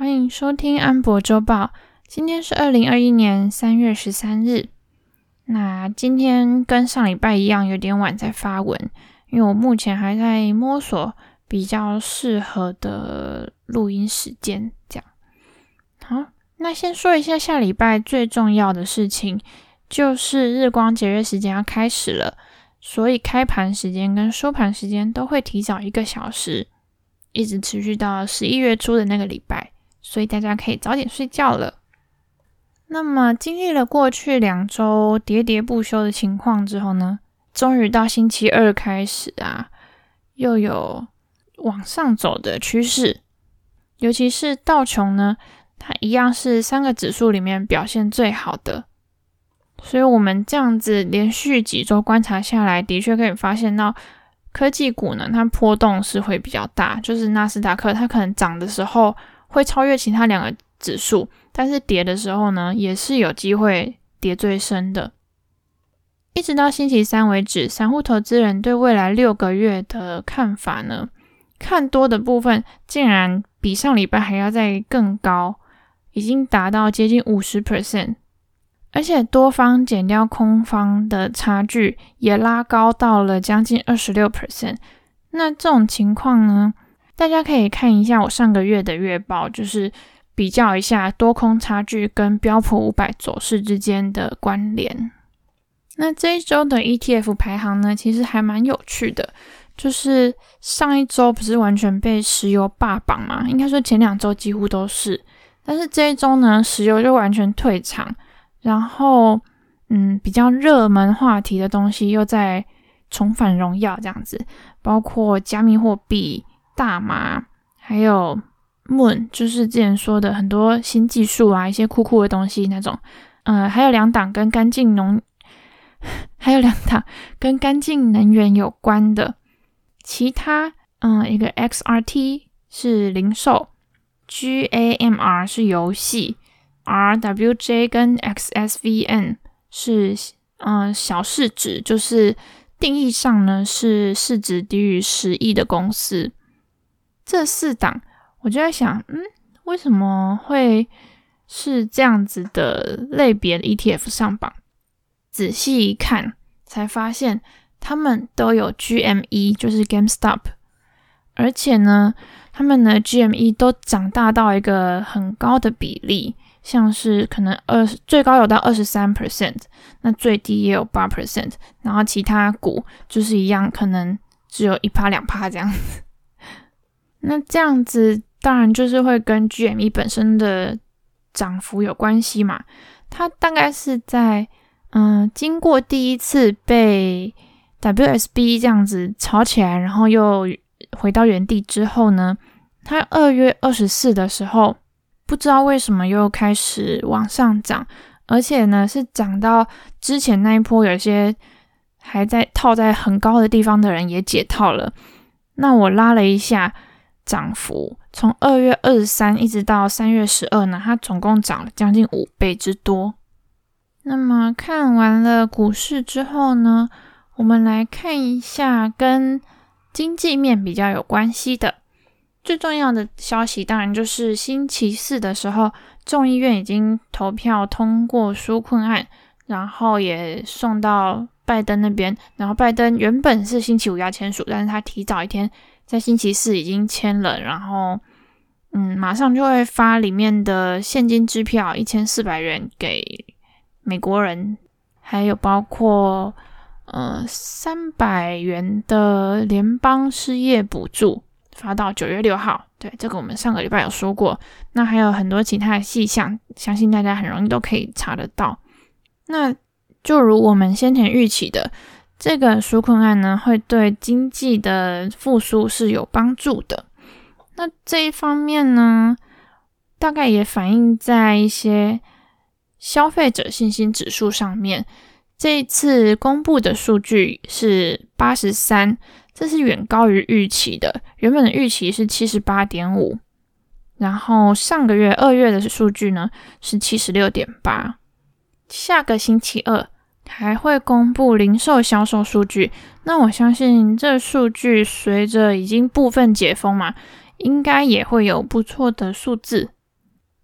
欢迎收听安博周报。今天是2021年3月13日。那今天跟上礼拜一样有点晚才发文，因为我目前还在摸索比较适合的录音时间这样。好，那先说一下下礼拜最重要的事情，就是日光节约时间要开始了，所以开盘时间跟收盘时间都会提早1个小时，一直持续到11月初的那个礼拜，所以大家可以早点睡觉了。那么经历了过去2周喋喋不休的情况之后呢，终于到星期二开始又有往上走的趋势。尤其是道琼呢，它一样是3个指数里面表现最好的。所以我们这样子连续几周观察下来，的确可以发现到科技股呢，它波动是会比较大，就是纳斯达克它可能涨的时候会超越其他2个指数，但是跌的时候呢，也是有机会跌最深的。一直到星期三为止，散户投资人对未来6个月的看法呢，看多的部分竟然比上礼拜还要再更高，已经达到接近 50%， 而且多方减掉空方的差距也拉高到了将近 26%。 那这种情况呢，大家可以看一下我上个月的月报，就是比较一下多空差距跟标普500走势之间的关联。那这一周的 ETF 排行呢，其实还蛮有趣的，就是上一周不是完全被石油霸榜嘛，应该说前2周几乎都是，但是这一周呢，石油就完全退场，然后比较热门话题的东西又在重返荣耀这样子，包括加密货币、大麻，还有 Moon， 就是之前说的很多新技术一些酷酷的东西那种，还有2档跟干净能源有关的。其他一个 XRT 是零售， GAMR 是游戏， RWJ 跟 XSVN 是小市值，就是定义上呢是市值低于10亿的公司。这4档我就在想，为什么会是这样子的类别的 ETF 上榜？仔细一看才发现他们都有 GME， 就是 GameStop， 而且呢他们的 GME 都长大到一个很高的比例，像是可能最高有到 23%， 那最低也有 8%， 然后其他股就是一样，可能只有 1%、2% 这样子。那这样子当然就是会跟 GME 本身的涨幅有关系嘛，它大概是在经过第一次被 WSB 这样子炒起来，然后又回到原地之后呢，它2月24的时候不知道为什么又开始往上涨，而且呢是涨到之前那一波有些还在套在很高的地方的人也解套了。那我拉了一下涨幅，从2月23一直到3月12呢，它总共涨了将近5倍之多。那么看完了股市之后呢，我们来看一下跟经济面比较有关系的。最重要的消息当然就是星期四的时候，众议院已经投票通过纾困案，然后也送到拜登那边，然后拜登原本是星期五要签署，但是他提早1天在星期四已经签了，然后马上就会发里面的现金支票1400元给美国人，还有包括300元的联邦失业补助发到9月6号。对，这个我们上个礼拜有说过。那还有很多其他的细项，相信大家很容易都可以查得到。那就如我们先前预期的，这个纾困案呢，会对经济的复苏是有帮助的。那这一方面呢，大概也反映在一些消费者信心指数上面。这一次公布的数据是83，这是远高于预期的，原本的预期是 78.5， 然后上个月2月的数据呢是 76.8。 下个星期二还会公布零售销售数据，那我相信这数据随着已经部分解封嘛，应该也会有不错的数字。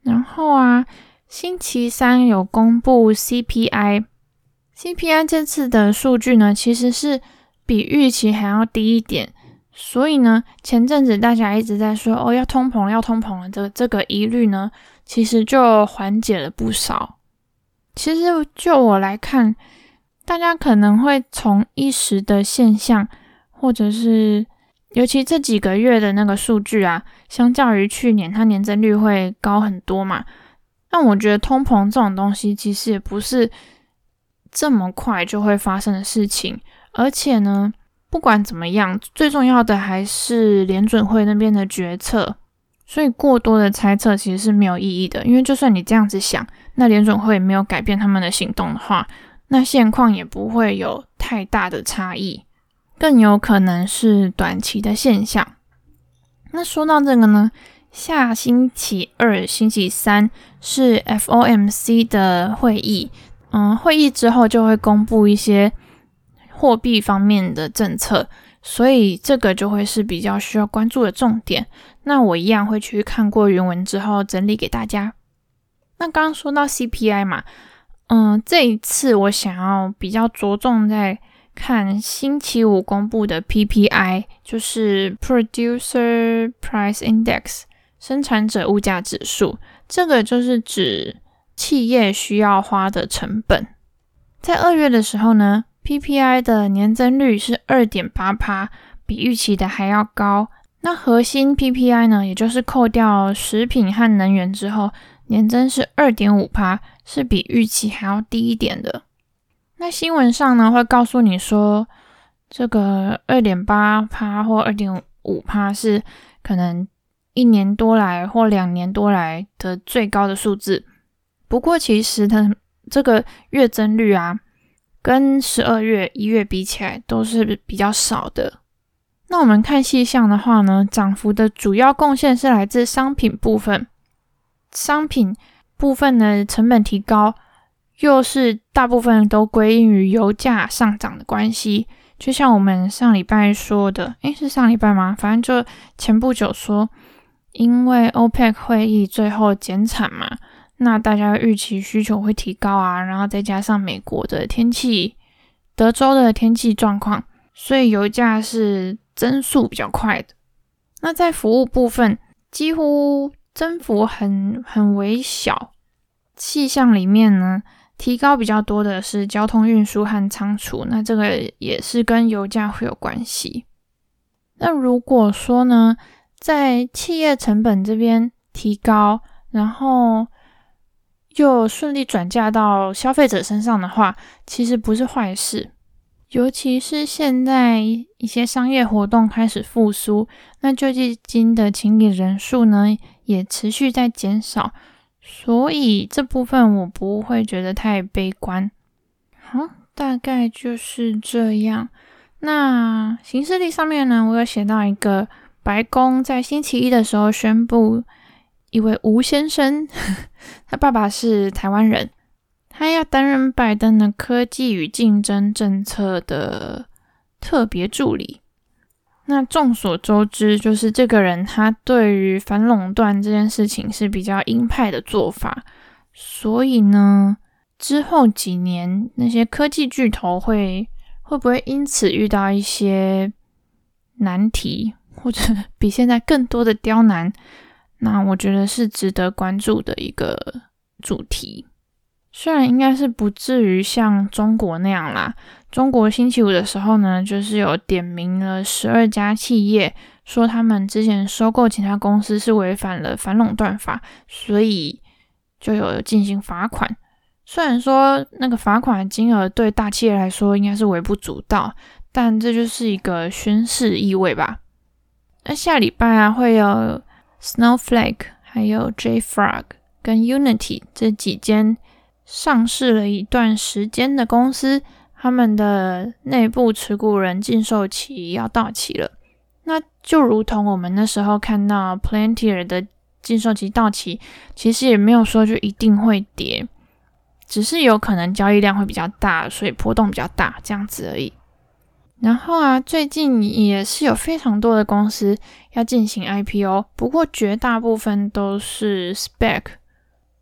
然后啊，星期三有公布 CPI 这次的数据呢，其实是比预期还要低一点，所以呢，前阵子大家一直在说要通膨了这个疑虑呢，其实就缓解了不少。其实就我来看，大家可能会从一时的现象，或者是尤其这几个月的那个数据啊，相较于去年它年增率会高很多嘛。但我觉得通膨这种东西其实也不是这么快就会发生的事情，而且呢，不管怎么样，最重要的还是联准会那边的决策，所以过多的猜测其实是没有意义的，因为就算你这样子想，那联准会没有改变他们的行动的话，那现况也不会有太大的差异，更有可能是短期的现象。那说到这个呢，下星期二、星期三是 FOMC 的会议，会议之后就会公布一些货币方面的政策，所以这个就会是比较需要关注的重点。那我一样会去看过原文之后整理给大家。那刚刚说到 CPI 嘛，这一次我想要比较着重在看星期五公布的 PPI， 就是 Producer Price Index， 生产者物价指数，这个就是指企业需要花的成本。在2月的时候呢， PPI 的年增率是 2.8%， 比预期的还要高。那核心 PPI 呢，也就是扣掉食品和能源之后，年增是 2.5%， 是比预期还要低一点的。那新闻上呢，会告诉你说这个 2.8% 或 2.5% 是可能1年多来或2年多来的最高的数字。不过其实它这个月增率啊，跟12月、1月比起来都是比较少的。那我们看细项的话呢，涨幅的主要贡献是来自商品部分。商品部分的成本提高，又是大部分都归因于油价上涨的关系。就像我们上礼拜说的，是上礼拜吗？反正就前不久说，因为 OPEC 会议最后减产嘛，那大家预期需求会提高啊，然后再加上美国的天气，德州的天气状况，所以油价是增速比较快的。那在服务部分，几乎增幅很微小。细项里面呢，提高比较多的是交通运输和仓储，那这个也是跟油价会有关系。那如果说呢，在企业成本这边提高，然后又顺利转嫁到消费者身上的话，其实不是坏事。尤其是现在一些商业活动开始复苏，那救济金的请领人数呢，也持续在减少，所以这部分我不会觉得太悲观。好，大概就是这样。那行事历上面呢，我有写到一个白宫在星期一的时候宣布，一位吴先生他爸爸是台湾人，他要担任拜登的科技与竞争政策的特别助理。那众所周知，就是这个人他对于反垄断这件事情是比较鹰派的做法，所以呢，之后几年那些科技巨头会不会因此遇到一些难题，或者比现在更多的刁难，那我觉得是值得关注的一个主题。虽然应该是不至于像中国那样啦，中国星期五的时候呢，就是有点名了12家企业，说他们之前收购其他公司是违反了反垄断法，所以就有进行罚款。虽然说那个罚款的金额对大企业来说应该是微不足道，但这就是一个宣示意味吧。那下礼拜啊，会有 Snowflake 还有 JFrog 跟 Unity 这几间上市了一段时间的公司，他们的内部持股人禁售期要到期了。那就如同我们那时候看到 Palantir 的禁售期到期，其实也没有说就一定会跌，只是有可能交易量会比较大，所以波动比较大这样子而已。然后啊，最近也是有非常多的公司要进行 IPO， 不过绝大部分都是 SPAC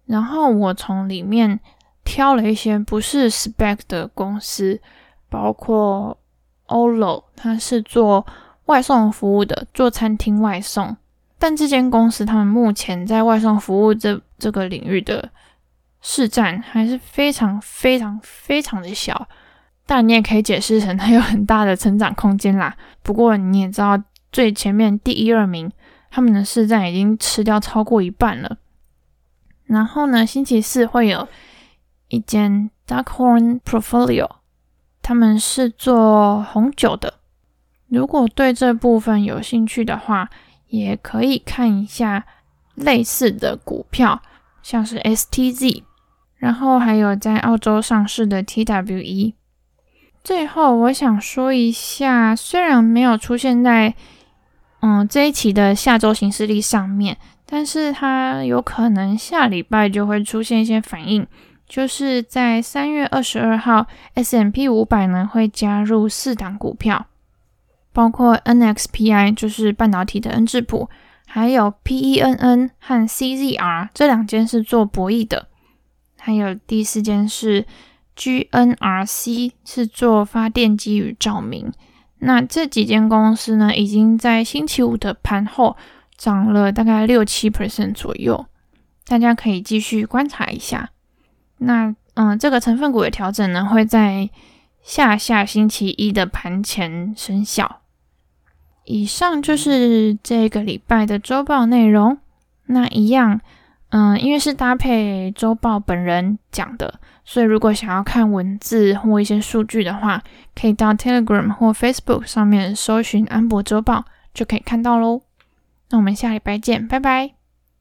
然后我从里面挑了一些不是 SPAC 的公司，包括 Olo， 它是做外送服务的，做餐厅外送。但这间公司他们目前在外送服务这个领域的市占还是非常非常非常的小，但你也可以解释成它有很大的成长空间啦。不过你也知道，最前面第1、2名他们的市占已经吃掉超过一半了。然后呢，星期四会有一间 Duckhorn Portfolio， 他们是做红酒的。如果对这部分有兴趣的话，也可以看一下类似的股票，像是 STZ， 然后还有在澳洲上市的 TWE。 最后我想说一下，虽然没有出现在这一期的下周行事历上面，但是它有可能下礼拜就会出现一些反应，就是在3月22号 S&P 500呢会加入4档股票，包括 NXPI 就是半导体的 N 智谱，还有 PENN 和 CZR 这2间是做博弈的，还有第4间是 GNRC 是做发电机与照明。那这几间公司呢，已经在星期五的盘后涨了大概 6-7% 左右，大家可以继续观察一下。那这个成分股的调整呢，会在下星期一的盘前生效。以上就是这个礼拜的周报内容。那一样，因为是搭配周报本人讲的，所以如果想要看文字或一些数据的话，可以到 Telegram 或 Facebook 上面搜寻安博周报就可以看到咯。那我们下礼拜见，拜拜。